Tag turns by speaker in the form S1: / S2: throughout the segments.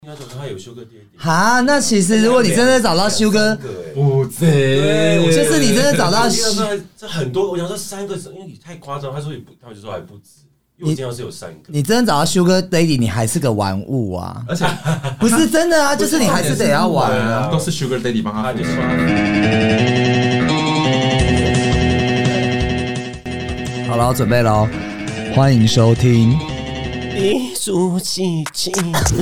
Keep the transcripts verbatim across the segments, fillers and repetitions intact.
S1: 应该说他有Sugar Daddy。
S2: 哈，那其实如果你真的找到Sugar，
S3: 不对，
S2: 就是你真的找到，
S1: 这很多，我想说三个，因为你太夸张，他说也不，他们就说还不止。因为我经常是有三个，
S2: 你真的找到 Sugar Daddy， 你还是个玩物啊！而且不是真的啊，就是你还是得要玩啊，
S3: 都是 Sugar Daddy 帮他付钱。
S2: 好了，我准备喽，欢迎收听。
S1: 一出奇迹。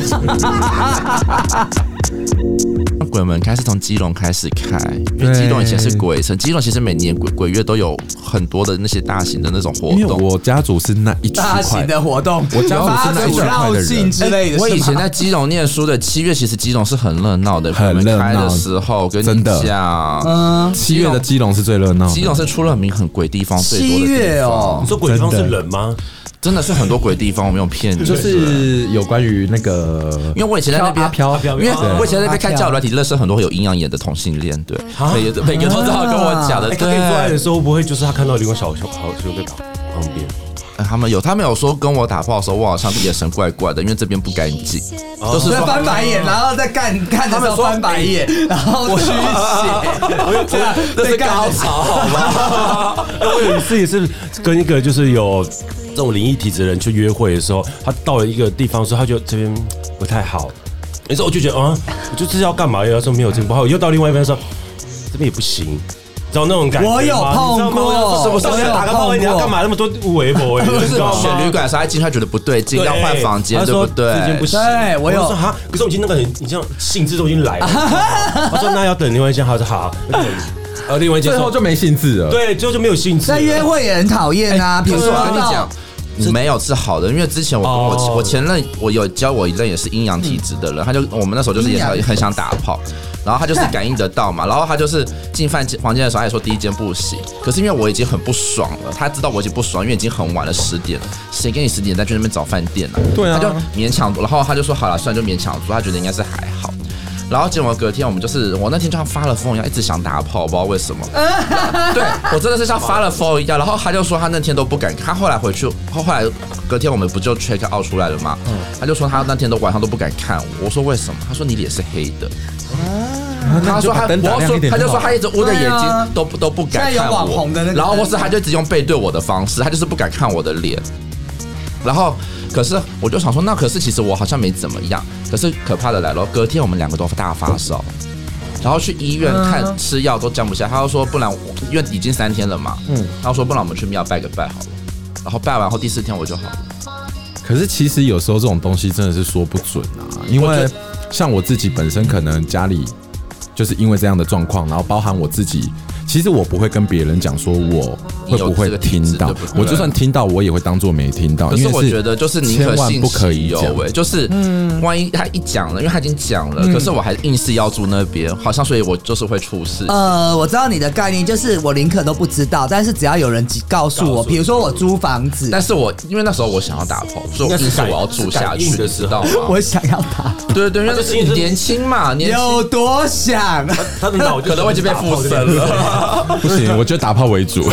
S4: 鬼门开是从基隆开始开，因为基隆以前是鬼城，基隆其实每年鬼鬼月都有很多的那些大型的那种活动。
S3: 因为我家族是那一区块
S2: 大型的活动，
S3: 我家族是那一区块的人
S2: 之类的。
S4: 我以前在基隆念书的七月，其实基隆是很热闹的，
S3: 很热闹
S4: 的时候，跟你讲，
S2: 嗯，
S3: 七月的基隆是最热闹的。
S4: 基隆是出了名很鬼地方最多的地方。
S2: 七月哦，
S1: 你说鬼地方是人吗？
S4: 真的是很多鬼地方，我没有骗你。
S3: 就是有关于那个，
S4: 因为我以前在那边
S3: 飘
S4: 因为我以前在那边看交友软体，认识很多会有阴阳眼的同性恋，对，每个每个都知道跟我讲的。
S1: 他跟你做爱的时候，不会就是他看到另外小小好兄在旁边。
S4: 他们有，他们有说跟我打炮的时候，我好像眼神怪怪的，因为这边不干净，
S2: 都是翻白眼，然后再干看的时候翻白眼，然后驱血，
S1: 我这样这是高潮好吗？我有一次也是跟一个就是有这种灵异体质的人去约会的时候，他到了一个地方的时候，他就这边不太好，那时候我就觉得啊，我就知道要干嘛，他说没有这边不好，又到另外一边说这边也不行。知道那种感觉吗？
S2: 我有碰过，
S1: 什么时候打个炮？你要干嘛那么多微博？
S4: 就是选旅馆的时候，他进去他觉得不对劲，要换房间，对不对？
S1: 这间不行。
S2: 对，我有。
S1: 哈，可是我已经那个人，你这样兴致都已经来了。他说那要等另外一间，他说好。呃，另外一间
S3: 最后就没兴致了。
S1: 对，最后就没有兴致。
S2: 在约会也很讨厌啊，比如说
S4: 我跟你讲。没有是好的，因为之前我跟我、oh. 我前任我有教我一任也是阴阳体质的人，他就我们那时候就是也很想打炮，然后他就是感应得到嘛，然后他就是进饭房间的时候，他也说第一间不行，可是因为我已经很不爽了，他知道我已经不爽，因为已经很晚了十点了，谁跟你十点再去那边找饭店啊？
S3: 对啊，
S4: 他就勉强，然后他就说好了，算了就勉强做，他觉得应该是还好。然后结果隔天我们就是我那天就像发了疯一样，一直想打炮，我不知道为什么。对我真的是像发了疯一样。然后他就说他那天都不敢，他后来回去，后后来隔天我们不就 check out 出来了吗？嗯、他就说他那天都晚上都不敢看我。我说为什么？他说你脸是黑的。啊、他说他，我说他就说他一直捂着眼睛都都不敢看我。然后或是他就一直用背对我的方式，他就是不敢看我的脸。然后，可是我就想说，那可是其实我好像没怎么样。可是可怕的来了，隔天我们两个都大发烧，然后去医院看吃药都降不下。他就说，不然因为已经三天了嘛，嗯，他说不然我们去庙拜个拜好了。然后拜完后第四天我就好了。
S3: 可是其实有时候这种东西真的是说不准啊，因为像我自己本身可能家里就是因为这样的状况，然后包含我自己。其实我不会跟别人讲说我会不会听到，我就算听到我也会当作没听到。
S4: 可是我觉得就是宁可信其有，哎，就是万一他一讲了，因为他已经讲了，可是我还硬是要住那边，好像所以我就是会出事。
S2: 呃，我知道你的概念就是我宁可都不知道，但是只要有人告诉我，比如说我租房子，
S4: 但是我因为那时候我想要打炮，所以我硬是我要住下去的，知道吗？
S2: 我想要打，
S4: 对对，因为年轻嘛，年轻
S2: 有多想，
S1: 他的脑
S4: 可能会已经被附身了。
S3: 不行，我觉得打炮为主。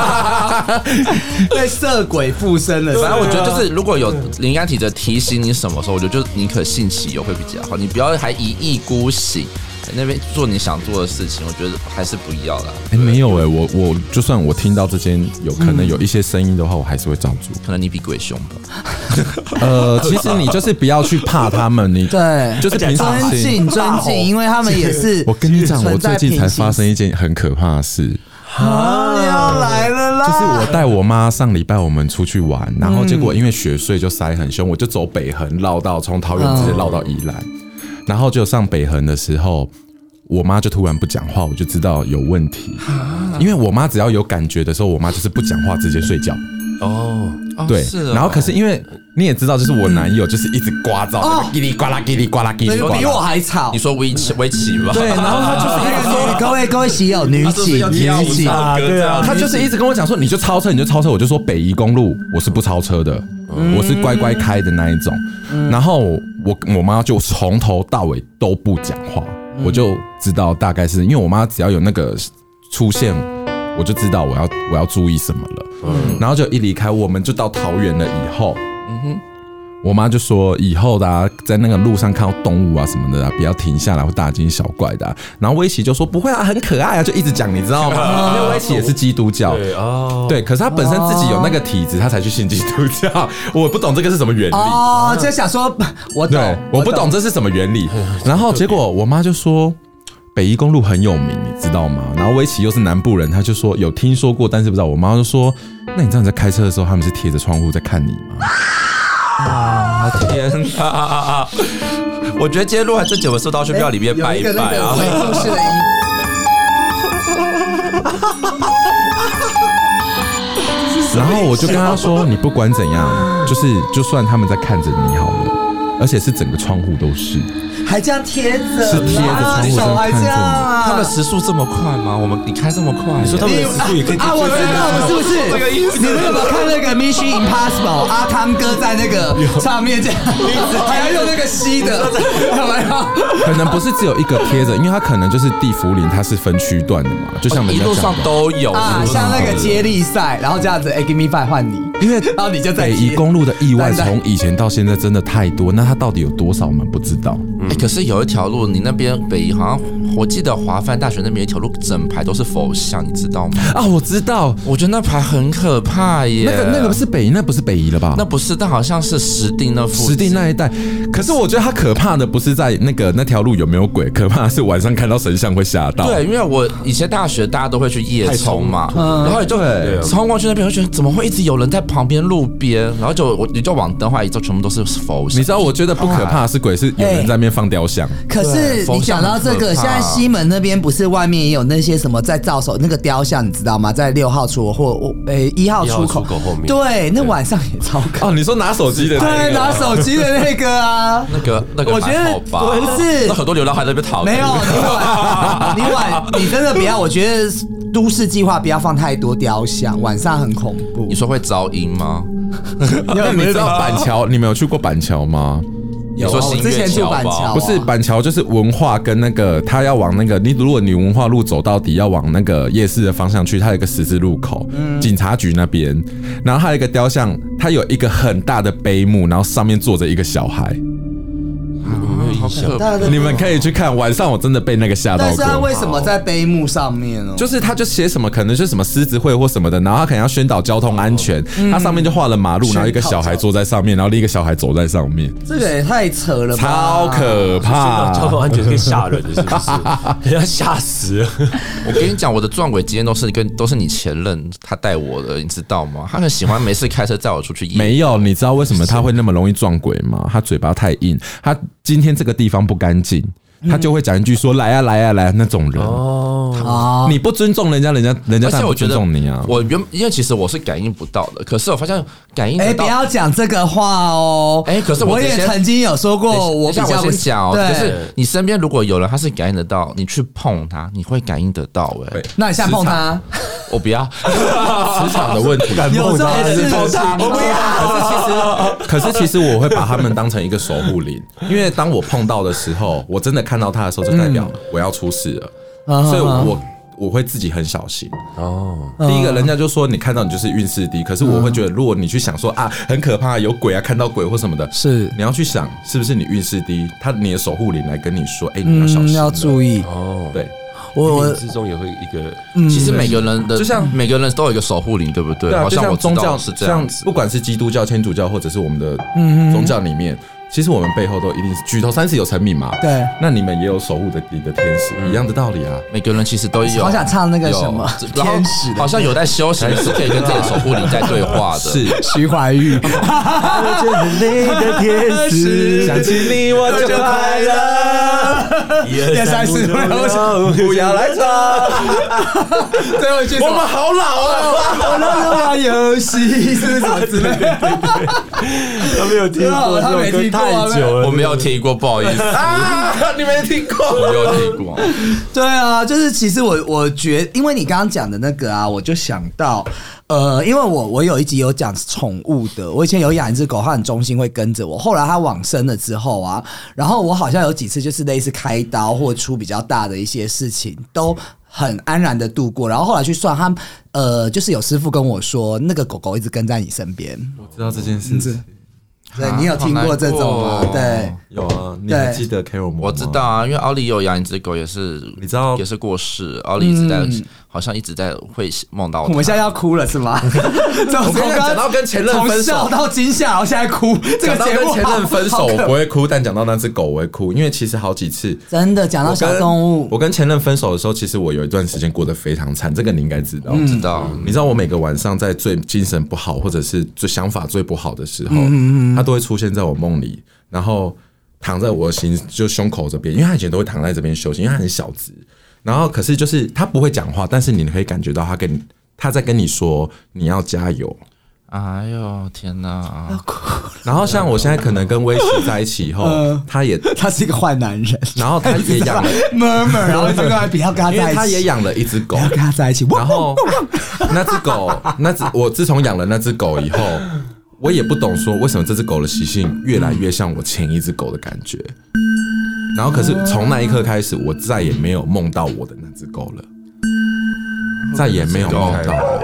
S2: 被色鬼附身了。
S4: 反正我觉得就是，如果有灵感体质提醒你什么时候，我觉得就宁可信其有会比较好。你不要还一意孤行，那边做你想做的事情，我觉得还是不要啦。
S3: 哎、欸，没有哎、欸，我我就算我听到这间有可能有一些声音的话，我还是会照做。
S4: 可能你比鬼凶吧。
S3: 呃，其实你就是不要去怕他们，你
S2: 对，
S3: 就是平常
S2: 尊敬尊敬，因为他们也是。
S3: 我跟你讲，我最近才发生一件很可怕的事。
S2: 啊！要来了啦！
S3: 就是我带我妈上礼拜我们出去玩，然后结果因为雪隧就塞很凶，我就走北横绕到从桃园直接绕到宜兰，然后就上北横的时候，我妈就突然不讲话，我就知道有问题。因为我妈只要有感觉的时候，我妈就是不讲话，直接睡觉。
S1: 哦，
S3: 对，然后可是因为你也知道，就是我男友就是一直刮噪，叽里呱啦叽里呱啦叽里呱啦，
S2: 比我还吵。
S4: 你说围棋围棋吧？
S3: 对，然后他就是一直说
S2: 各位各位喜友女警女警
S1: 啊，对啊，
S3: 他就是一直跟我讲说，你就超车你就超车，我就说北宜公路我是不超车的，我是乖乖开的那一种。然后我我妈就从头到尾都不讲话，我就知道大概是因为我妈只要有那个出现。我就知道我要我要注意什么了，嗯，然后就一离开，我们就到桃园了以后，嗯哼， 我妈就说以后的、啊、在那个路上看到动物啊什么的、啊，不要停下来或大惊小怪的、啊。然后威奇就说不会啊，很可爱啊，就一直讲，你知道吗？因为威奇也是基督教，
S1: 对哦，
S3: 对，可是他本身自己有那个体质，他才去信基督教。我不懂这个是什么原理
S2: 哦，就想说我懂，
S3: 对，我不懂这是什么原理。然后结果我妈就说。北宜公路很有名，你知道吗？然后威奇又是南部人，他就说有听说过，但是不知道。我妈就说：“那你知道你在开车的时候，他们是贴着窗户在看你吗？”
S4: 啊天哪！我觉得今天录完这节目，是到学校里面拜一拜啊。
S3: 然后我就跟他说：“你不管怎样，就是就算他们在看着你好了，而且是整个窗户都是。”
S2: 还这样贴着，
S3: 是贴着窗户上看着你。
S4: 他们时速这么快吗？我们你开这么快？
S1: 你说他们的时速也可以
S2: 啊？我知道了，是不是？这个意思。你们有没有看那个 Mission Impossible？ 阿汤哥在那个上面这样，还要用那个吸的，有没有？
S3: 可能不是只有一个贴着，因为它可能就是地福林，它是分区段的嘛，就像
S4: 一路上都有
S2: 啊，像那个接力赛，然后这样子 ，Give me five 换你，
S3: 因为
S2: 然后你就在
S3: 北宜公路的意外从以前到现在真的太多，那它到底有多少我们不知道。
S4: 欸、可是有一条路，你那边北宜好像我记得华范大学那边有一条路，整排都是佛像，你知道吗？
S3: 啊，我知道，
S4: 我觉得那排很可怕耶。
S3: 那个那个不是北宜，那不是北宜了吧？
S4: 那不是，但好像是石碇那附近。
S3: 石碇那一带，可是我觉得它可怕的不是在那个那条路有没有鬼，可怕的是晚上看到神像会吓到。
S4: 对，因为我以前大学大家都会去夜冲嘛，嗯、然后你就冲过去那边，我就觉得怎么会一直有人在旁边路边，然后就我你就往灯画一照，全部都是佛像。
S3: 你知道，我觉得不可怕的是鬼，是有人在那边放雕像。
S2: 可是你讲到这个，现在西门那边不是外面也有那些什么在照手那个雕像，你知道吗？在六号出或诶一号出口
S1: 后面，
S2: 对，那晚上也超可怕。
S3: 哦，你说拿手机的，
S2: 对，拿手机的那个啊，
S4: 那个那个，
S2: 我觉得不是，
S4: 那很多流浪汉在那边逃。
S2: 没有，你晚你晚你真的不要，我觉得都市计划不要放太多雕像，晚上很恐怖。
S4: 你说会噪音吗？
S3: 你知道板桥？你们有去过板桥吗？
S2: 有啊，我之前去板桥，
S3: 不是板桥就是文化跟那个他要往那个你如果你文化路走到底要往那个夜市的方向去，它有一个十字路口，嗯、警察局那边，然后还有一个雕像，它有一个很大的碑幕，然后上面坐着一个小孩。
S4: 好可怕！
S3: 你们可以去看，晚上我真的被那个吓到过。
S2: 但是他为什么在碑幕上面呢？
S3: 就是他就写什么，可能就是什么狮子会或什么的，然后他可能要宣导交通安全，他上面就画了马路，然后一个小孩坐在上面，然后另一个小孩走在上面。
S2: 这个也太扯了吧！
S3: 超可怕！
S1: 交通安全可以吓人的，是不是？人家吓死了！
S4: 我跟你讲，我的撞鬼经验都是跟都是你前任他带我的，你知道吗？他很喜欢没事开车载我出去夜。
S3: 没有，你知道为什么他会那么容易撞鬼吗？他嘴巴太硬，他今天这个地方不干净。他就会讲一句说来啊来啊来啊那种人哦，你不尊重人家，人家人家当然不尊重你啊。
S4: 我原因为其实我是感应不到的，可是我发现感应得到。
S2: 哎，不要讲这个话哦。
S4: 哎，可是我
S2: 也曾经有说过，我比较
S4: 先讲哦。可是你身边如果有人他是感应得到，你去碰他，你会感应得到哎。
S2: 那你现在碰他，
S4: 我不要。
S3: 磁场的问题，
S2: 有这种事情，
S3: 我不要。可是其实，可是其实我会把他们当成一个守护灵，因为当我碰到的时候，我真的看到他的时候，就代表我要出事了，嗯、所以我我会自己很小心。哦，第一个人家就说你看到你就是运势低，可是我会觉得，如果你去想说啊很可怕，有鬼啊，看到鬼或什么的，是你要去想是不是你运势低，他你的守护灵来跟你说，哎、欸，你要小心、嗯，
S2: 要注意。
S1: 哦，
S3: 对。
S1: 我之中也会一个，
S4: 嗯、其实每个人的
S3: 就像
S4: 每个人都有一个守护灵，对不对？
S3: 对啊，
S4: 好像我
S3: 宗教
S4: 是这样子，
S3: 不管是基督教、天主教，或者是我们的宗教里面，其实我们背后都一定是举头三尺有神明嘛。
S2: 对，
S3: 那你们也有守护的你的天使，嗯、一样的道理啊。
S4: 每个人其实都有。
S2: 好想唱那个什么天使，
S4: 好像有在修行是可以跟自己的守护灵在对话的。
S3: 是
S2: 徐怀钰，
S1: 我就是你的天使，
S3: 想起你我就快乐。
S2: 一二三四五，
S3: 不要来吵。
S2: 最后一句，
S3: 我们好老啊！
S2: 我那时候玩游戏是什么之类的，
S1: 他没有听过，
S2: 他没听过，
S1: 太久了，
S4: 我没有听过，不好意思
S3: 啊，你没听过，
S4: 我没有听过。
S2: 对啊，就是其实我我觉得，因为你刚刚讲的那个啊，我就想到。呃，因为我我有一集有讲宠物的，我以前有养一只狗，它很忠心，会跟着我。后来它往生了之后啊，然后我好像有几次就是类似开刀或出比较大的一些事情，都很安然的度过。然后后来去算，他呃，就是有师傅跟我说，那个狗狗一直跟在你身边。
S3: 我知道这件事情。
S2: 对你有听过这种吗？对，
S3: 有啊，你还记得 Carol 吗？
S4: 我知道啊，因为奥利有养一只狗，也是
S3: 你知道
S4: 也是过世，奥利一直在、嗯、好像一直在会梦到他。
S2: 我们现在要哭了是吗？
S3: 我刚刚讲到跟前任分手，
S2: 从笑到惊吓，然后现在哭。这个节目
S3: 跟前任分手我不会哭，但讲到那只狗我会哭，因为其实好几次
S2: 真的讲到小动物。
S3: 我跟前任分手的时候，其实我有一段时间过得非常惨，这个你应该知道。
S4: 嗯、知道，
S3: 你知道我每个晚上在最精神不好或者是最想法最不好的时候，嗯、他都会出现在我梦里，然后躺在我的心就胸口这边，因为他以前都会躺在这边休息，因为他很小只。然后可是就是他不会讲话，但是你可以感觉到他跟你他在跟你说你要加油。
S4: 哎呦天哪！
S3: 然后像我现在可能跟威奇在一起以后，呃、他也
S2: 他是一个坏男人，
S3: 然后他也养了
S2: murmur， 然后这个不要跟他在一起，
S3: 因为他也养了一只狗，
S2: 不要跟他在一起。
S3: 然后那只狗，那只我自从养了那只狗以后，我也不懂说为什么这只狗的习性越来越像我前一只狗的感觉。然后可是从那一刻开始，我再也没有梦到我的那只狗了，再也没有梦到了。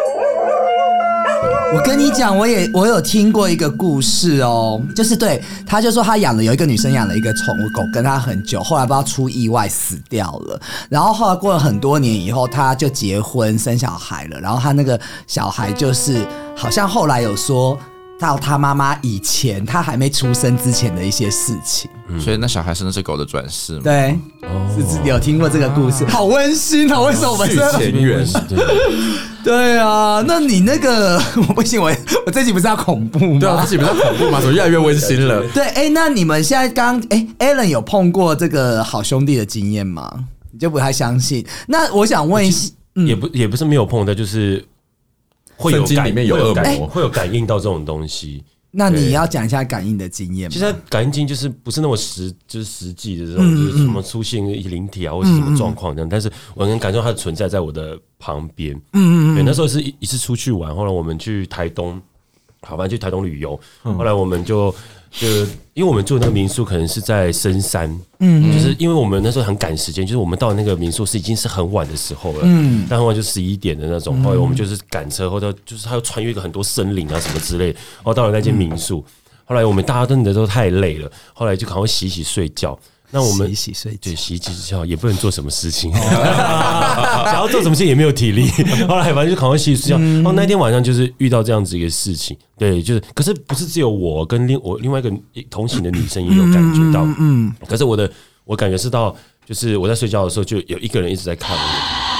S2: 我跟你讲，我也我有听过一个故事哦，就是对，他就说他养了有一个女生养了一个宠物狗，跟他很久，后来不知道出意外死掉了，然后后来过了很多年以后，他就结婚生小孩了，然后他那个小孩就是好像后来有说到他妈妈以前他还没出生之前的一些事情，
S4: 嗯、所以那小孩是那只狗的转世吗？
S2: 对，哦、是有听过这个故事，好温馨啊！为什么我们
S3: 是前缘？
S2: 对啊，那你那个我不行，我我这集不是要恐怖吗？
S3: 对啊，这集不是要恐怖吗？怎么越来越温馨了？
S2: 对，哎、欸，那你们现在刚哎 ，Alan 有碰过这个好兄弟的经验吗？你就不太相信？那我想问一下，
S1: 嗯、也不也不是没有碰的，就是会有感，
S3: 里面有恶魔，
S1: 会有会有感应到这种东西。
S2: 那你要讲一下感应的经验吗？
S1: 其实感应经就是不是那么实，就是实际的这种，嗯、就是什么出现一灵体啊，或是什么状况这样。嗯、但是我能感受它的存在在我的旁边。嗯嗯对，那时候是一次出去玩，后来我们去台东，好，反正去台东旅游。嗯、后来我们就就因为我们住的那个民宿可能是在深山，嗯，就是因为我们那时候很赶时间，就是我们到那个民宿是已经是很晚的时候了，嗯，但很晚就十一点的那种。后来我们就是赶车，或者就是他要穿越一个很多森林啊什么之类的，然后到了那间民宿。后来我们大家真的都太累了，后来就赶快洗洗睡觉。那我们
S2: 洗洗睡觉，
S1: 对，洗洗睡觉也不能做什么事情，想要做什么事情也没有体力。后来反正就赶快洗洗睡觉。然后那天晚上就是遇到这样子一个事情，对，就是可是不是只有我跟另我另外一个同行的女生也有感觉到，嗯，可是我的我感觉是到就是我在睡觉的时候就有一个人一直在看我，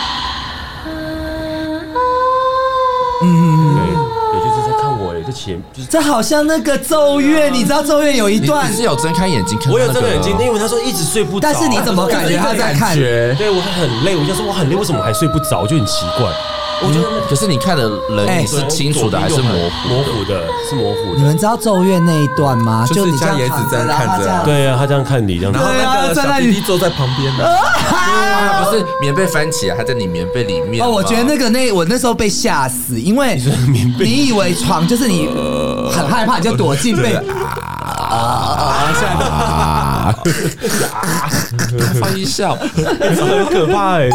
S1: 嗯，对。这前就是
S2: 这好像那个咒怨，你知道咒怨有一段
S4: 你是有睁开眼睛看、那個，
S1: 我有睁开眼睛，因为他说一直睡不着，
S2: 但是你怎么感觉他在看？
S1: 对我很累，我就说我很累，为什么还睡不着？我就很奇怪。我觉得，
S4: 可是你看的人是清楚的还是模糊？
S1: 模糊的，是模糊的。
S2: 你们知道咒怨那一段吗？
S3: 就
S2: 你
S3: 家椰子这样看着，
S1: 对啊，他这样看你，这样，
S3: 然后那个小弟弟坐在旁边的，
S4: 他不是棉被翻起来，他在你棉被里面。
S2: 哦，我觉得那个那我那时候被吓死，因为你以为床就是你很害怕，你就躲进被。啊啊！吓
S4: 啊！放一笑，
S1: 很可怕哎。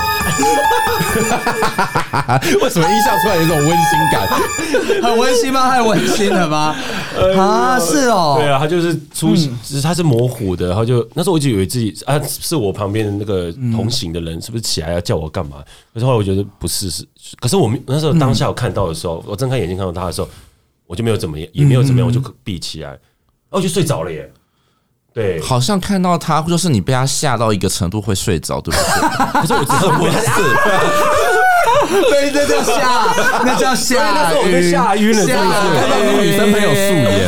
S3: 为什么一笑出来有一种温馨感？
S2: 很温馨吗？太温馨了吗？啊，是哦，
S1: 对啊，他就是出，只是他是模糊的，然后就那时候我就以为自己啊，是我旁边的那个同行的人，是不是起来要叫我干嘛？可是后来我觉得不是，是，可是我那时候当下我看到的时候，我睁开眼睛看到他的时候，我就没有怎么样，也没有怎么样，我就闭起来，然后我就睡着了耶。对，
S4: 好像看到他，就是你被他吓到一个程度会睡着，对不对？
S1: 可是我真的不是，
S2: 对，那叫吓，那叫吓，
S1: 那时候我被吓晕了，
S3: 看到你女生朋友素颜，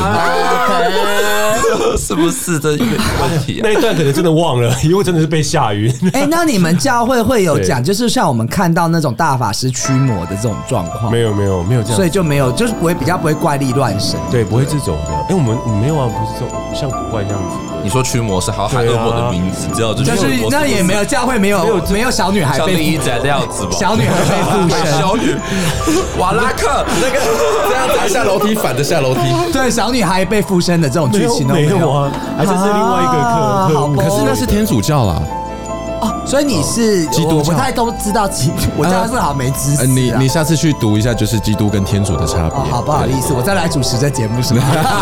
S4: 是不是这个问题？
S1: 那一段可能真的忘了，因为真的是被吓晕。
S2: 哎，那你们教会会有讲，就是像我们看到那种大法师驱魔的这种状况？
S1: 没有，没有，没有这样，
S2: 所以就没有，就是不会比较不会怪力乱神，
S1: 对，不会这种的。哎，我们没有啊，不是这种像古怪那样子。
S4: 你说驱魔是好喊恶魔的名字，知道就
S2: 就是那也没有教会没有没有小女孩被
S4: 一仔这样子吧？
S2: 小女孩被附身，
S4: 小女瓦拉克那个
S3: 这样子下楼梯反着下楼梯，
S2: 对，小女孩被附身的这种剧情都
S1: 没有啊，还是是另外一个课。
S3: 可是那是天主教啦。
S2: 哦， 所以你是
S3: 基督教
S2: 我不太都知道基督，我这样是好没知识、啊
S3: 呃，你你下次去读一下，就是基督跟天主的差别。
S2: 哦，好不好意思，我再来主持这节目是吗？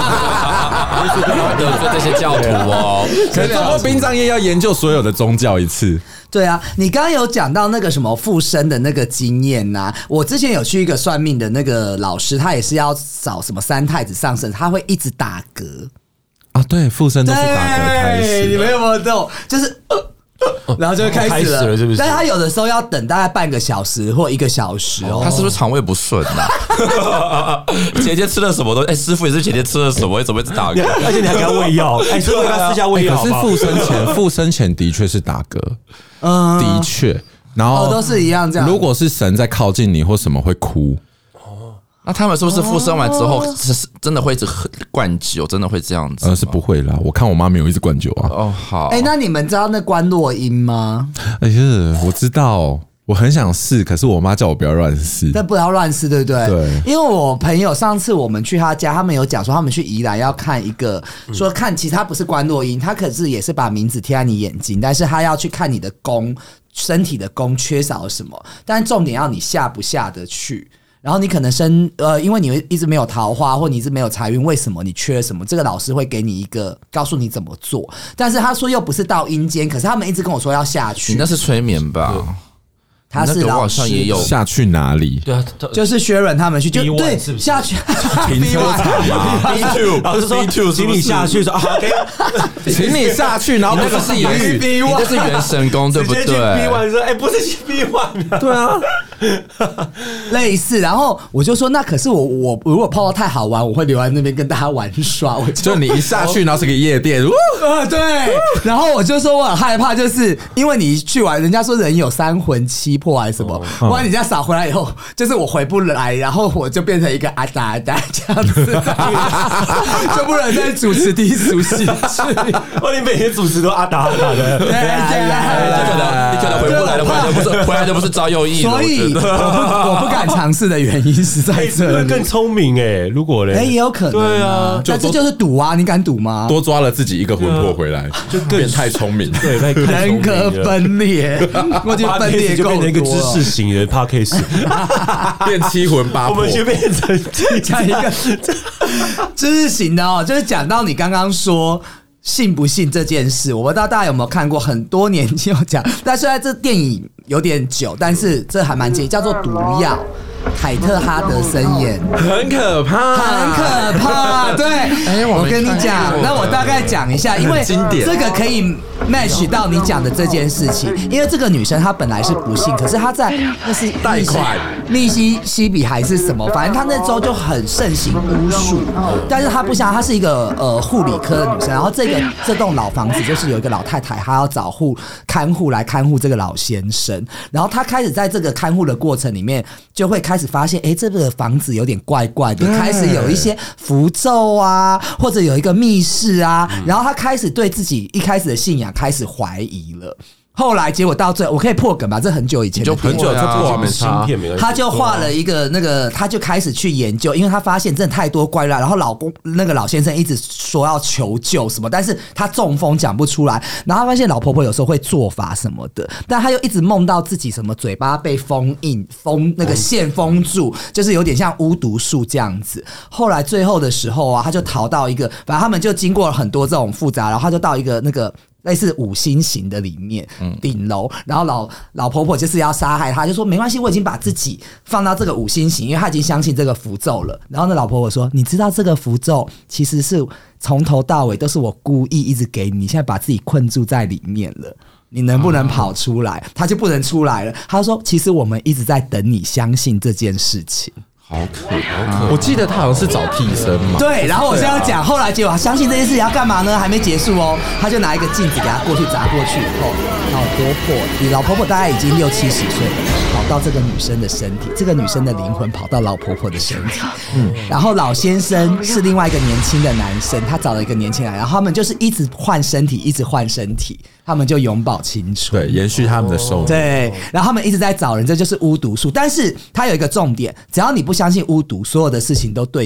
S4: 得罪这些教徒哦。
S3: 可是做过殡葬业要研究所有的宗教一次。
S2: 对啊，你刚刚有讲到那个什么附身的那个经验呐、啊，我之前有去一个算命的那个老师，他也是要找什么三太子上身，他会一直打嗝
S3: 啊，对，附身都是打嗝开始。
S2: 你们有没有这种？就是。呃然后就会开始了，
S1: 开始了是不是？
S2: 但是他有的时候要等大概半个小时或一个小时哦。
S4: 他是不是肠胃不顺啊？姐姐吃了什么东西？哎、欸，师傅也是姐姐吃了什么？怎么一直打嗝？
S1: 而且你还给他喂药，哎、欸，师傅给他私下喂药、
S3: 欸。可是附身前，附身前的确是打嗝，嗯，的确。然后、
S2: 哦、都是一样这样。
S3: 如果是神在靠近你或什么会哭。
S4: 那他们是不是附身完之后，是真的会一直灌酒？真的会这样子？
S3: 呃，是不会啦。我看我妈没有一直灌酒啊。
S4: 哦，好。
S2: 哎、欸，那你们知道那观落阴吗？
S3: 哎呀，我知道，我很想试，可是我妈叫我不要乱试。
S2: 但不要乱试，对不对？
S3: 对。
S2: 因为我朋友上次我们去他家，他们有讲说他们去宜兰要看一个，说看其实他不是观落阴，他可是也是把名字贴在你眼睛，但是他要去看你的宫，身体的宫缺少了什么，但重点要你下不下得去。然后你可能生呃，因为你一直没有桃花，或你一直没有财运，为什么你缺什么？这个老师会给你一个，告诉你怎么做。但是他说又不是到阴间，可是他们一直跟我说要下去。
S4: 你那是催眠吧？
S2: 他是老师，
S4: 也有
S3: 下去哪里？
S1: 对啊，
S2: 就是薛润他们去，就对
S1: 是不是
S2: 下去
S3: 停车场吗
S4: ？B two，
S1: 老师说请你下去，说啊 ，OK，
S3: 请你下去，然后
S4: 那个是元，你那是元神宫，对不对
S1: ？B one 说，哎，不是 B one，
S3: 对啊，
S2: 类似。然后我就说，那可是我我如果泡到太好玩，我会留在那边跟大家玩耍。我 就,
S3: 就你一下去，然后是个夜店，
S2: 呃，对。然后我就说我很害怕，就是因为你一去玩，人家说人有三魂七魄还是什么，不然你这样扫回来以后，就是我回不来，然后我就变成一个阿达阿达这样子，就不能再主持低俗喜剧。
S1: 哦，你每天主持都阿达阿达的，
S2: 对对，
S4: 你可能你可能回不来的，回来的不是回来的不是赵又义，
S2: 所以我不我不敢尝试的原因是在这里。
S1: 更聪明哎，如果嘞，
S2: 哎也有可能，
S1: 对啊，
S2: 但这就是赌啊，你敢赌吗？
S3: 多抓了自己一个魂魄回来，就变太聪明，
S1: 对，
S2: 人格分裂，我觉得分裂
S1: 就变成一个知识型的 podcast，
S3: 变七魂八魄，
S1: 我们就变成
S2: 讲一个知识型的哦，就是讲到你刚刚说信不信这件事，我不知道大家有没有看过，很多年前有讲，但虽然这电影有点久，但是这还蛮建议，叫做《毒药》。凯特哈德森演，
S3: 很可怕，
S2: 很可怕。对，
S4: 哎，
S2: 我跟你讲，那我大概讲一下，因为这个可以 match 到你讲的这件事情。因为这个女生她本来是不幸，可是她在那是
S3: 贷款
S2: 密西西比还是什么，反正她那周就很盛行巫术，但是她不像她是一个呃护理科的女生，然后这个这栋老房子就是有一个老太太，她要找护看护来看护这个老先生，然后她开始在这个看护的过程里面就会开始发现，哎、欸，这个房子有点怪怪的，开始有一些符咒啊，或者有一个密室啊，然后他开始对自己一开始的信仰开始怀疑了。后来结果到最后，我可以破梗吧？这很久以前的
S3: 就很久才破没
S1: 芯片没关系。
S2: 他就画了一个那个，他就开始去研究，因为他发现真的太多怪乱，然后老公那个老先生一直说要求救什么，但是他中风讲不出来，然后他发现老婆婆有时候会做法什么的，但他又一直梦到自己什么嘴巴被封印、封那个线封住，就是有点像巫毒术这样子。后来最后的时候啊，他就逃到一个，反正他们就经过了很多这种复杂，然后他就到一个那个。类似五星型的里面顶楼，然后老老婆婆就是要杀害他，就说没关系，我已经把自己放到这个五星型，因为他已经相信这个符咒了。然后那老婆婆说：“你知道这个符咒其实是从头到尾都是我故意一直给你，你现在把自己困住在里面了。”你能不能跑出来？他就不能出来了。他说：“其实我们一直在等你相信这件事情。”
S3: 好可怕！我记得他好像是找替身嘛。
S2: 对，然后我现在要讲，后来结果他相信这件事情要干嘛呢？还没结束哦，他就拿一个镜子给他过去砸过去以后，老婆婆，你老婆婆大概已经六七十岁了，跑到这个女生的身体，这个女生的灵魂跑到老婆婆的身体，嗯，然后老先生是另外一个年轻的男生，他找了一个年轻人，然后他们就是一直换身体，一直换身体。他们就永葆青春，
S3: 对，延续他们的寿命。
S2: 对，然后他们一直在找人，这就是巫毒术。但是他有一个重点，只要你不相信巫毒，所有的事情都对你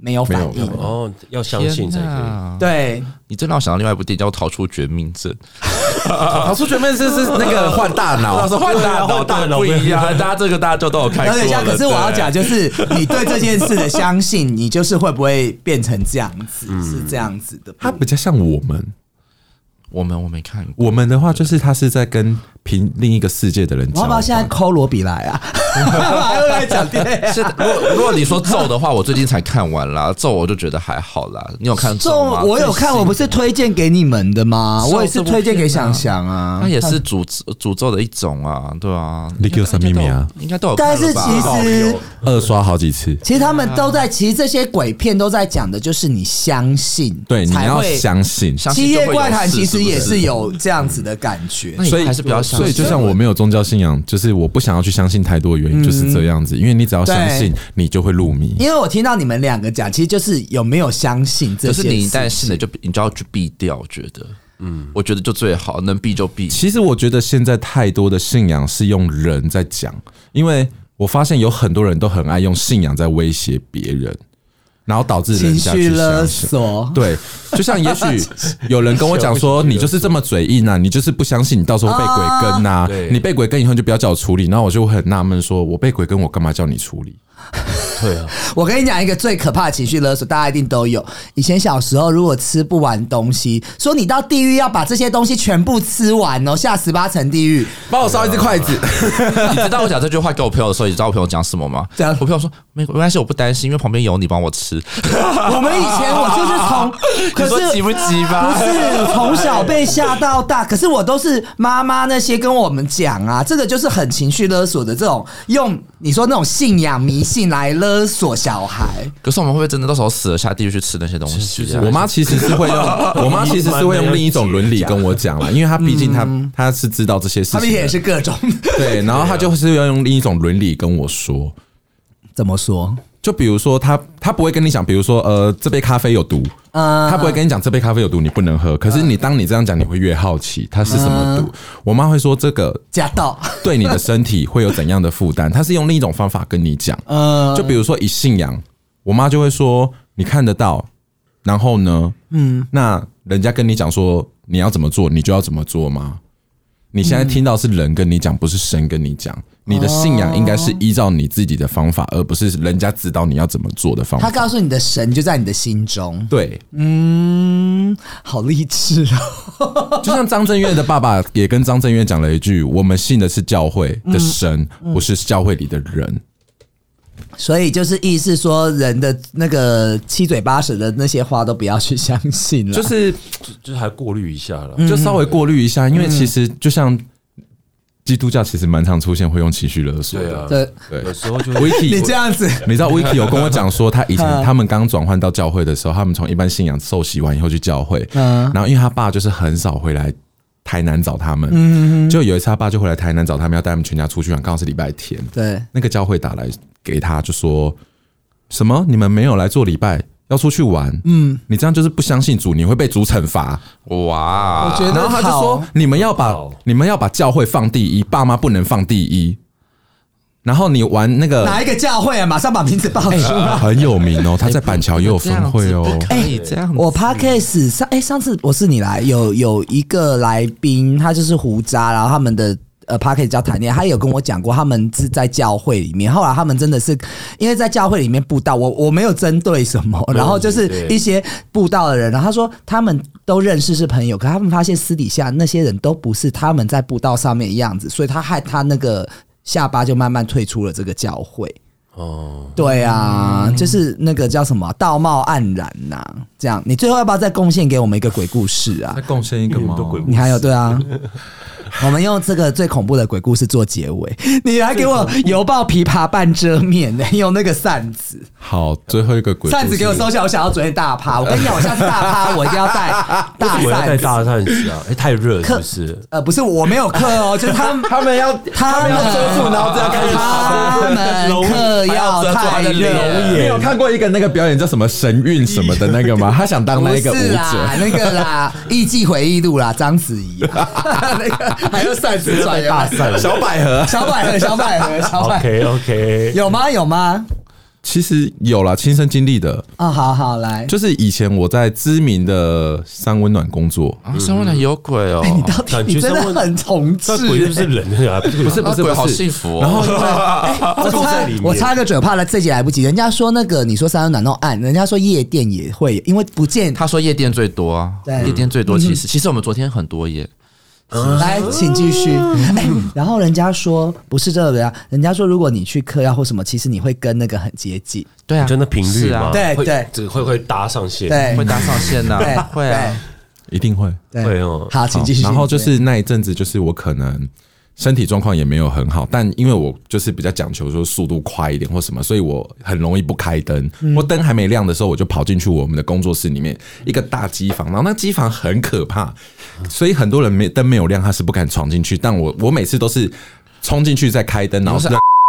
S2: 没有反应。
S1: 哦，要相信才可以。
S2: 对，
S4: 你真让我想到另外一部电影叫《逃出绝命镇》。
S3: 逃出绝命镇是那个换大脑，
S4: 是换大脑，当然不一样。大家这个大家就都有看过了。
S2: 有点像，可是我要讲就是，你对这件事的相信，你就是会不会变成这样子？嗯、是这样子的。
S3: 它比较像我们。
S4: 我们我没看过，
S3: 我们的话就是他是在跟凭另一个世界的人讲。
S2: 我要不要现在抠罗比来啊？又来讲电影。
S4: 如果如果你说咒的话，我最近才看完啦，咒我就觉得还好啦。你有看咒吗？
S2: 我有看，我不是推荐给你们的吗？我也是推荐给想想啊。
S4: 它也是诅诅咒的一种啊，对啊。
S3: 你给我什么秘密啊？
S4: 应该都有看了吧。
S2: 但是其实
S3: 二刷好几次。
S2: 其实他们都在，其实这些鬼片都在讲的就是你相信，
S3: 对，你要相信。
S2: 七夜怪谈其实也是有这样子的感觉，
S3: 所以
S4: 还是比较相信。
S3: 所以就像我没有宗教信仰，就是我不想要去相信太多的原因就是这样子，因为你只要相信，你就会入迷。
S2: 因为我听到你们两个讲，其实就是有没有相信这些事情。可是
S4: 你一旦信了，就你就要去避掉，我觉得。嗯，我觉得就最好，能避就避。
S3: 其实我觉得现在太多的信仰是用人在讲，因为我发现有很多人都很爱用信仰在威胁别人。然后导致人家去相信，对，就像也许有人跟我讲说，你就是这么嘴硬啊，你就是不相信，你到时候会被鬼跟啊，你被鬼跟以后就不要叫我处理。然后我就会很纳闷，说我被鬼跟我干嘛叫你处理？
S1: 对啊，
S2: 我跟你讲一个最可怕的情绪勒索，大家一定都有。以前小时候，如果吃不完东西，说你到地狱要把这些东西全部吃完哦，下十八层地狱，
S3: 帮我烧一只筷子。
S4: 你知道我讲这句话给我朋友的时候，你知道我朋友讲什么吗？我朋友说没没关系，我不担心，因为旁边有你帮我吃。
S2: 我们以前我就是从，可是
S4: 急不急吧？
S2: 不是从小被吓到大，可是我都是妈妈那些跟我们讲啊，这个就是很情绪勒索的这种，用你说那种信仰迷信来勒。勒索小孩，
S4: 可是我们会不会真的到时候死了下地狱去吃那些东西？
S3: 我妈其实是会用，我妈其实是会用另一种伦理跟我讲啦，因为她毕竟她她是知道这些事情，她
S2: 也是各种
S3: 对，然后她就是要用另一种伦理跟我说，
S2: 怎么说？
S3: 就比如说他他不会跟你讲，比如说呃这杯咖啡有毒，uh, 他不会跟你讲这杯咖啡有毒，你不能喝。可是你当你这样讲，你会越好奇它是什么毒。Uh, 我妈会说这个
S2: 假道
S3: 对你的身体会有怎样的负担，她是用另一种方法跟你讲。Uh, 就比如说以信仰，我妈就会说你看得到，然后呢，嗯，那人家跟你讲说你要怎么做，你就要怎么做吗？你现在听到是人跟你讲，不是神跟你讲。你的信仰应该是依照你自己的方法，而不是人家指导你要怎么做的方法。
S2: 他告诉你的神就在你的心中。
S3: 对，
S2: 嗯，好励志哦。
S3: 就像张震岳的爸爸也跟张震岳讲了一句：“我们信的是教会的神，嗯、不是教会里的人。”
S2: 所以就是意思说，人的那个七嘴八舌的那些话都不要去相信了，
S3: 就是
S1: 就是还过滤一下了，
S3: 就稍微过滤一下，因为其实就像基督教其实蛮常出现会用情绪勒索的，
S2: 对
S3: 对，
S1: 有时候就
S2: Vicky 你这样子，
S3: 你知道 Vicky 有跟我讲说，他以前他们刚转换到教会的时候，他们从一般信仰受洗完以后去教会，然后因为他爸就是很少回来台南找他们，嗯，就有一次他爸就回来台南找他们，要带他们全家出去玩，刚好是礼拜天，
S2: 对，
S3: 那个教会打来给他就说什么你们没有来做礼拜，要出去玩，嗯，你这样就是不相信主，你会被主惩罚，
S4: 哇！
S2: 我觉得，
S3: 然后他就说你们要把你们要把教会放第一，爸妈不能放第一。然后你玩那个
S2: 哪一个教会啊？马上把名字报出来，
S3: 欸，很有名哦，他在板桥也有分会哦。
S4: 哎，这样子，
S2: 我 Podcast 上哎，上次我是你来，有有一个来宾，他就是胡渣，然后他们的呃 Podcast 叫谈恋爱，他有跟我讲过，他们是在教会里面，后来他们真的是因为在教会里面布道，我我没有针对什么，然后就是一些布道的人，然后他说他们都认识是朋友，可他们发现私底下那些人都不是他们在布道上面的样子，所以他害他那个下巴就慢慢退出了这个教会。哦，对啊，嗯，就是那个叫什么道貌岸然呐，啊，这样你最后要不要再贡献给我们一个鬼故事啊？
S3: 再贡献一个吗？
S2: 你还有对啊。我们用这个最恐怖的鬼故事做结尾，你来给我犹抱琵琶半遮面呢，用那个扇子。
S3: 好，最后一个鬼故事
S2: 扇子给我收起来，我想要昨天大趴。我跟你讲，我下次大趴我一定要带大扇子。
S1: 我要带大扇子啊！哎，欸，太热是不是？
S2: 呃，不是，我没有课哦，就是他们
S3: 他们要
S2: 他们
S3: 要遮住，然后这样开始
S2: 他们课要太热。
S3: 你有看过一个那个表演叫什么神韵什么的那个吗？他想当那个舞者，
S2: 那个啦，《艺伎回忆录》啦，章子怡，那个还有扇子
S1: 大扇，
S3: 小百合，
S2: 小百合，小百合，小百合
S1: ，OK OK，
S2: 有吗？有吗？
S3: 其实有啦，亲身经历的
S2: 啊、哦，好好来，
S3: 就是以前我在知名的三温暖工作
S4: 啊，三温暖有鬼哦！
S2: 欸、你到底你真的很同志、欸，
S1: 那鬼是不是人啊？不是
S3: 不是不是，
S4: 鬼好幸福哦。
S3: 然后
S2: 欸、我插我插个嘴，怕了这集来不及。人家说那个你说三温暖那种暗，人家说夜店也会，因为不见
S4: 他说夜店最多啊，夜店最多。其实、嗯、其实我们昨天很多耶。
S2: 来，请继续。哎、欸，然后人家说不是这个呀，人家说如果你去嗑药或什么，其实你会跟那个很接近。
S4: 对啊，
S1: 真的频率吗？
S2: 对对，
S1: 这个会会搭上线，
S2: 对，
S4: 会搭上线呐、啊，会啊，
S3: 一定会，
S1: 会哦。
S2: 好，请继续。
S3: 然后就是那一阵子，就是我可能身体状况也没有很好，但因为我就是比较讲求说速度快一点或什么，所以我很容易不开灯。嗯、我灯还没亮的时候，我就跑进去我们的工作室里面一个大机房，然后那机房很可怕，所以很多人没灯没有亮，他是不敢闯进去。但我我每次都是冲进去再开灯，然后是。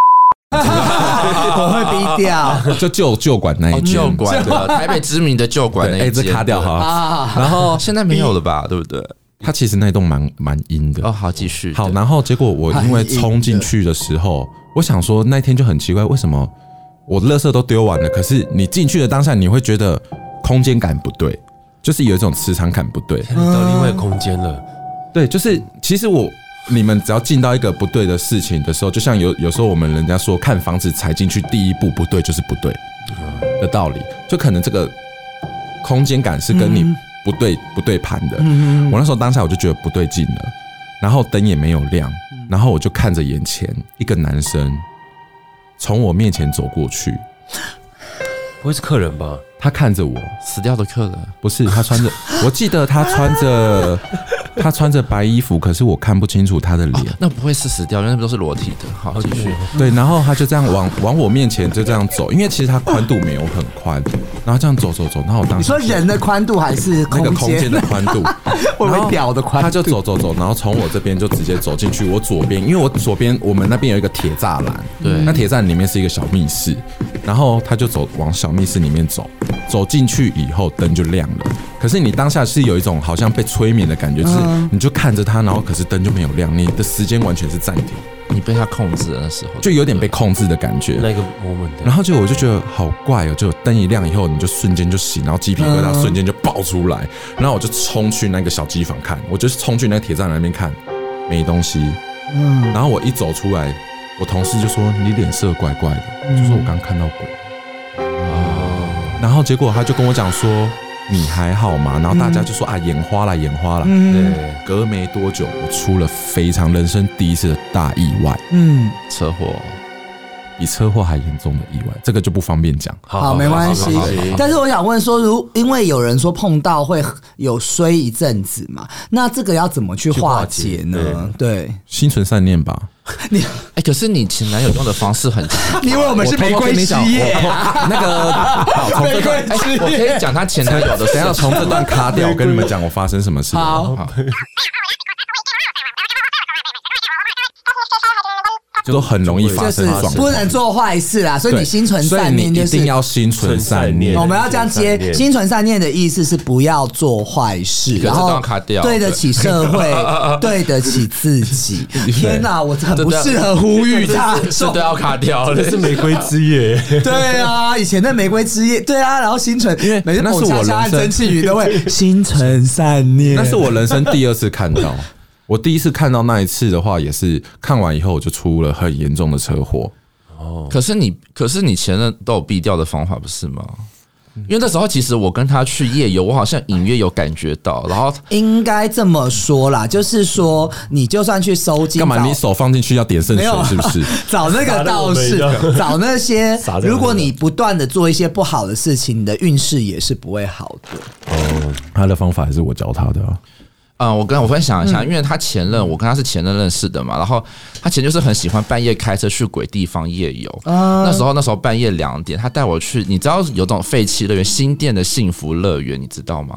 S2: 我会逼掉，
S3: 就旧旧馆那一间，
S4: 旧馆的台北知名的旧馆那一间，
S3: 哎，这卡掉哈。然后
S4: 现在没有了吧？对不对？
S3: 它其实那栋蛮蛮阴的
S4: 哦。好，继续。
S3: 好，然后结果我因为冲进去的时候，我想说那天就很奇怪，为什么我垃圾都丢完了，可是你进去的当下，你会觉得空间感不对，就是有一种磁场感不对，
S1: 你到另外空间了。
S3: 对，就是其实我。你们只要进到一个不对的事情的时候，就像有有时候我们人家说看房子踩进去第一步不对就是不对的道理，就可能这个空间感是跟你不对不对盘的。我那时候当下我就觉得不对劲了，然后灯也没有亮，然后我就看着眼前一个男生从我面前走过去，
S1: 不会是客人吧？
S3: 他看着我，
S4: 死掉的客人
S3: 不是他穿着，我记得他穿着。他穿着白衣服，可是我看不清楚他的脸、哦。
S4: 那不会是死掉，因为那不都是裸体的。好，继续。
S3: 对，然后他就这样往往我面前就这样走，因为其实他宽度没有很宽，然后这样走走走，然后我当时
S2: 你说人的宽度还是
S3: 那个空间的宽度？
S2: 会不会屌的宽度？
S3: 他就走走走，然后从我这边就直接走进去我左边，因为我左边我们那边有一个铁栅栏，
S4: 对，
S3: 那铁栅栏里面是一个小密室，然后他就走往小密室里面走，走进去以后灯就亮了。可是你当下是有一种好像被催眠的感觉，就是你就看着他，然后可是灯就没有亮，你的时间完全是暂停，
S4: 你被他控制了那时候，
S3: 就有点被控制的感觉。
S1: 那个 moment，
S3: 然后就我就觉得好怪哦，就灯一亮以后，你就瞬间就醒，然后鸡皮疙瘩瞬间就爆出来，然后我就冲去那个小机房看，我就是冲去那个铁栅栏那边看，没东西。嗯，然后我一走出来，我同事就说你脸色怪怪的，就说我刚看到鬼。哦，然后结果他就跟我讲说。你还好吗？然后大家就说、嗯、啊，眼花了，眼花了。嗯，对。隔没多久，我出了非常人生第一次的大意外。嗯，
S4: 车祸，
S3: 比车祸还严重的意外，这个就不方便讲。
S2: 好，好没关系。但是我想问说，如因为有人说碰到会有衰一阵子嘛，那这个要怎么去化解呢？对，对
S3: 心存善念吧。
S4: 你哎、欸，可是你前男友用的方式很奇怪，
S2: 因为我们是玫瑰之夜，
S3: 那个好，从这段、
S4: 欸、我可以讲他前男友的，
S3: 等一下从这段卡掉，我跟你们讲我发生什么事。
S2: 好。
S3: 好就很容易发生状况，
S2: 不能做坏事啦，所以你心存善念，就是
S3: 一定要心存善念。
S2: 我们要这样接，心存善念的意思是不要做坏事，然后对得起社会，对得起自己。天哪，我很不适合呼吁大众，
S4: 都要卡掉，
S1: 这是玫瑰之夜。
S2: 对啊，以前的玫瑰之夜，对啊，然后心存，因为每次
S3: 那是我人生
S2: 蒸汽鱼都会心存善念，
S3: 那是我人生第二次看到。我第一次看到那一次的话，也是看完以后我就出了很严重的车祸。
S4: 哦，可是你，可是你前任都有避掉的方法，不是吗？因为那时候其实我跟他去夜游，我好像隐约有感觉到，然后
S2: 应该这么说啦，就是说你就算去收金，
S3: 干嘛？你手放进去要点圣水是不是？
S2: 找那个道士，找那些，如果你不断的做一些不好的事情，你的运势也是不会好的。
S3: 哦，他的方法还是我教他的啊。
S4: 嗯，我跟我分享一下，因为他前任，我跟他是前任认识的嘛，然后他前就是很喜欢半夜开车去鬼地方夜游。那时候那时候半夜两点，他带我去，你知道有种废弃乐园新店的幸福乐园，你知道吗？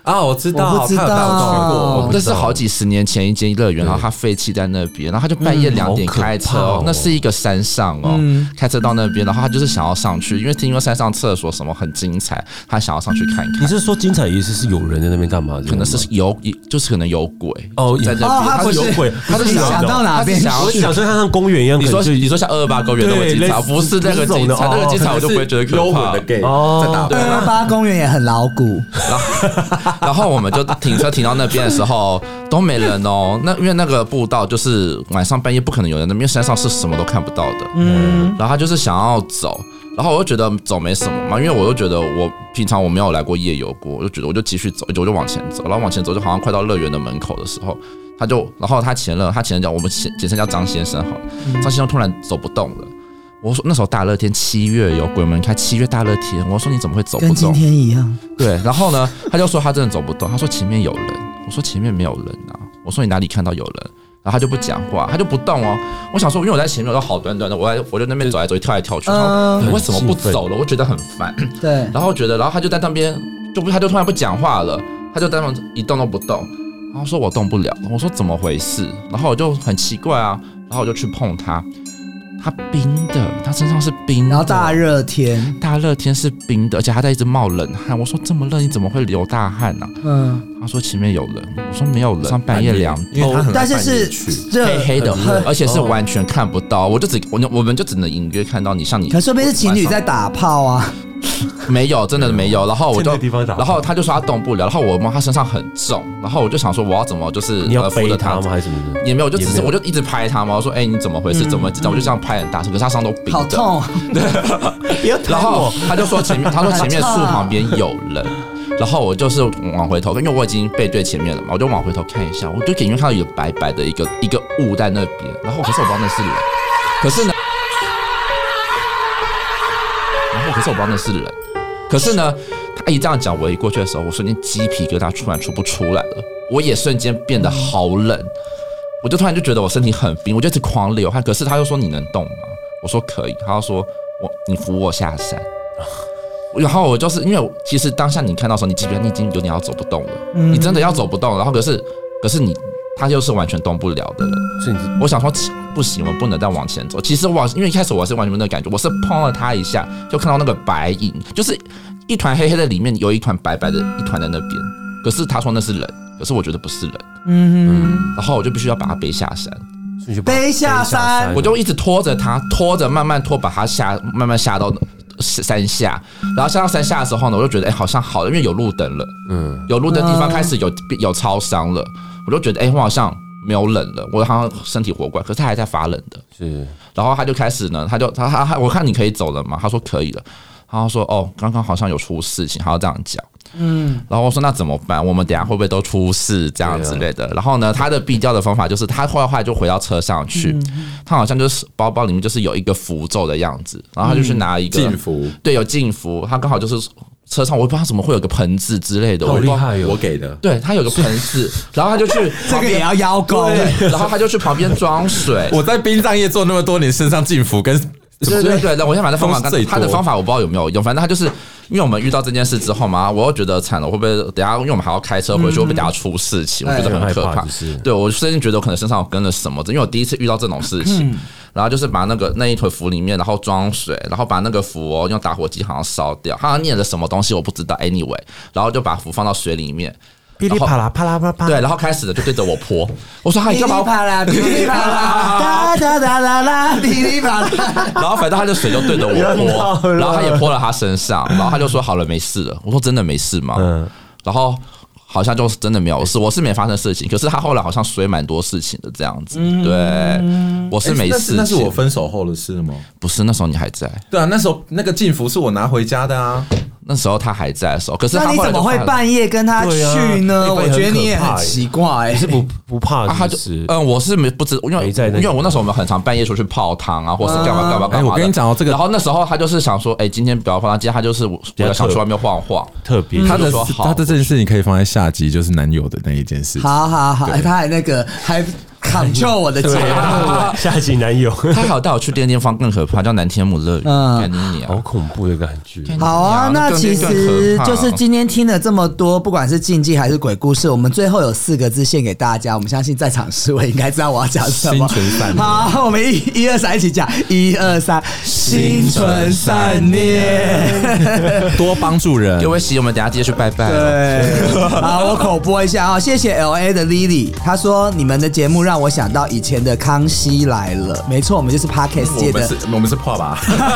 S3: 啊，我知道，
S2: 我不知道
S3: 他有带我去过，
S4: 那是好几十年前一间乐园，然后他废弃在那边，然后他就半夜两点开车哦，
S1: 哦
S4: 那是一个山上哦，开车到那边，然后他就是想要上去，因为听说山上厕所什么很精彩，他想要上去看看。
S1: 你是说精彩意思是有人在那边干嘛？
S4: 可能是有，就是可能有鬼
S1: 哦
S4: 在那边，
S2: 哦他不是
S1: 有鬼，
S2: 他是想到哪边去？
S1: 我想说他像公园一样，
S4: 你说
S1: 可能就
S4: 你说像二二八公园那么精彩，不是那个精彩，那个精彩我就不会觉得可怕
S3: 幽魂的 gay
S1: 哦
S3: 在打
S2: 二二八公园也很牢固。
S4: 然后，然后我们就停车停到那边的时候都没人哦。那因为那个步道就是晚上半夜不可能有人的，因为山上是什么都看不到的。嗯，然后他就是想要走，然后我就觉得走没什么嘛，因为我就觉得我平常我没有来过夜游过，我就觉得我就继续走，我就往前走，然后往前走就好像快到乐园的门口的时候，他就然后他前任他前任叫我们简称叫张先生好了，张先生突然走不动了。我说那时候大热天七月有鬼门开，七月大热天，我说你怎么会走不动？
S2: 跟今天一样。
S4: 对，然后呢，他就说他真的走不动，他说前面有人，我说前面没有人啊，我说你哪里看到有人？然后他就不讲话，他就不动哦。我想说，因为我在前面，我都好端端的，我在我就那边走来走去，跳来跳去，嗯、我为什么不走了？我觉得很烦。
S2: 对，
S4: 然后觉得，然后他就在那边，就不，他就突然不讲话了，他就在那一动都不动。然后说我动不了，我说怎么回事？然后我就很奇怪啊，然后我就去碰他。他冰的，他身上是冰的，
S2: 然后大热天，
S4: 大热天是冰的，而且他在一直冒冷汗。我说这么热，你怎么会流大汗呢、啊？嗯，他说前面有人，我说没有人，上半夜两点，
S2: 但是是热
S4: 黑黑的，而且是完全看不到，我就只我我们就只能隐约看到你，像你，
S2: 可说不定是情侣在打炮啊。
S4: 没有，真的没有。然后我就，然后他就说他动不了，然后我摸他身上很重，然后我就想说我要怎么就是
S1: 你要背他吗还是什么的？
S4: 也没有，就只是我就一直拍他嘛。我说哎、欸、你怎么回事？怎么这样？我就这样拍很大声，可是他伤都冰的，
S2: 好痛。
S4: 对，然后他就说前面，他说前面树旁边有人。然后我就是往回头，因为我已经背对前面了嘛，我就往回头看一下，我就隐约看到有白白的一个一个雾在那边，然后可是我不知道那是人，可是呢，然后可是我不知道那是人，可是呢，他一这样讲，我一过去的时候，我瞬间鸡皮疙瘩突然出不出来了，我也瞬间变得好冷，我就突然就觉得我身体很冰，我就一直狂流汗，可是他又说你能动吗？我说可以，他又说我你扶我下山。然后我就是因为其实当下你看到的时候，你基本上你已经有点要走不动了，嗯、你真的要走不动了。然后可是可是你他又是完全动不了的人，所以我想说不行，我不能再往前走。其实我因为一开始我是完全没有那个感觉，我是碰了他一下，就看到那个白影，就是一团黑黑的，里面有一团白白的一团在那边。可是他说那是人，可是我觉得不是人，嗯，然后我就必须要把他背下山。
S2: 背下山，
S4: 我就一直拖着他，拖着慢慢拖，把他下慢慢下到山下，然后下到山下的时候呢，我就觉得哎、欸，好像好了，因为有路灯了，嗯，有路灯的地方开始有有超商了，我就觉得哎、欸，我好像没有冷了，我好像身体活过来，可是他还在发冷的，是，然后他就开始呢，他就他他他，我看你可以走了吗？他说可以了，然后说哦，刚刚好像有出事情，他要这样讲。嗯，然后我说那怎么办？我们等一下会不会都出事这样之类的？然后呢，他的避掉的方法就是他后来后来就回到车上去，嗯、他好像就是包包里面就是有一个符咒的样子，然后他就去拿一个
S3: 禁符，
S4: 对，有禁符，他刚好就是车上我也不知道怎么会有个盆子之类的，
S1: 好厉害
S3: 哦！我给的，
S4: 对他有个盆子，然后他就去
S2: 这个也要邀功，
S4: 然后他就去旁边装水。
S3: 我在殡葬业做那么多年，身上禁符跟
S4: 对对对，我先把他方法，他的方法我不知道有没有用，反正他就是。因为我们遇到这件事之后嘛，我又觉得惨了，会不会等一下？因为我们还要开车回去，会不会等一下出事情？我觉得很可怕。对我最近觉得我可能身上有跟了什么，因为我第一次遇到这种事情。然后就是把那个那一坨符里面，然后装水，然后把那个符哦用打火机好像烧掉，好像念了什么东西我不知道。Anyway， 然后就把符放到水里面。
S1: 噼里啪啦啪啦啪啦，对，
S4: 然后开始的就对着我泼，我说：“哈，你干嘛？”
S2: 噼里啪啦，噼里啪啦，哒哒哒啦啦，噼里啪啦。
S4: 然后反正他的水就对着我泼，然后他也泼了他身上，然后他就说：“好了，没事了。”我说：“真的没事吗？”嗯，然后好像就是真的没有事，我是没发生事情，可是他后来好像水蛮多事情的这样子。对，我是没事情。
S3: 那是我分手后的事吗？
S4: 不是，那时候你还在。
S3: 对啊，那时候那个禁符是我拿回家的啊。
S4: 那时候他还在的时候，可是他
S2: 那你怎么会半夜跟他去呢？啊、我觉得你也很奇怪、欸，
S1: 你是不不怕是不是？
S4: 啊、他就嗯，我是没不知，因为因为我那时候我们很常半夜出去泡汤啊，或是干嘛干嘛干嘛、欸。
S3: 我跟你讲哦，这个，
S4: 然后那时候他就是想说，哎、欸，今天不要泡汤，今天他就是我想去外面晃晃，
S1: 特别、
S3: 嗯、他的他的这件事情可以放在下集，就是男友的那一件事情。
S2: 好好好，他还那个还。 control 我的节目。
S1: 下集男友，
S4: 他好带我去的地方更可怕，叫南天母乐园。嗯，
S1: 好恐怖的感觉。
S2: 好啊，那其实就是今天听了这么多，不管是禁忌还是鬼故事，我们最后有四个字献给大家。我们相信在场四位应该知道我要讲什么。
S3: 心存善念。
S2: 好，我们一一二三一起讲，一二三，心存善念，
S3: 多帮助人。
S4: 各位喜友们，等一下记得去拜拜。
S2: 对，好，我口播一下啊，谢谢 L A 的 Lily， 她说你们的节目让我想到以前的康熙来了，没错，我们就是 Podcast 界的，
S3: 我们是我们是破吧。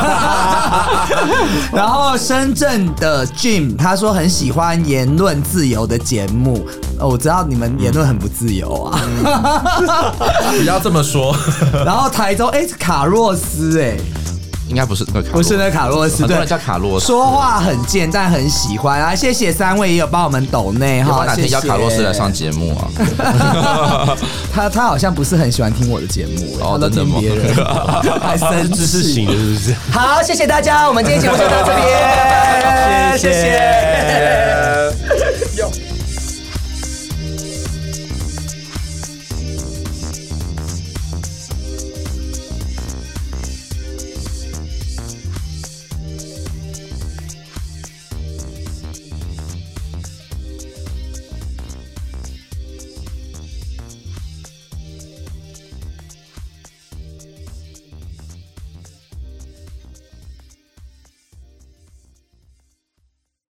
S2: 然后深圳的 Jim 他说很喜欢言论自由的节目，哦，我知道你们言论很不自由啊，
S3: 不要这么说。
S2: 然后台中哎、欸、卡洛斯哎、欸。
S4: 应该不是那个卡洛斯，
S2: 不是那个卡洛斯，
S4: 很多人叫卡洛斯。
S2: 说话很贱，但很喜欢啊！谢谢三位也有帮我们抖内哈，
S4: 哪天邀卡洛斯来上节目啊？
S2: 他他好像不是很喜欢听我的节目，
S4: 哦，
S2: 他都听别人，还生
S1: 知识型的，是不是？
S2: 好，谢谢大家，我们今天节目就到这边，谢谢。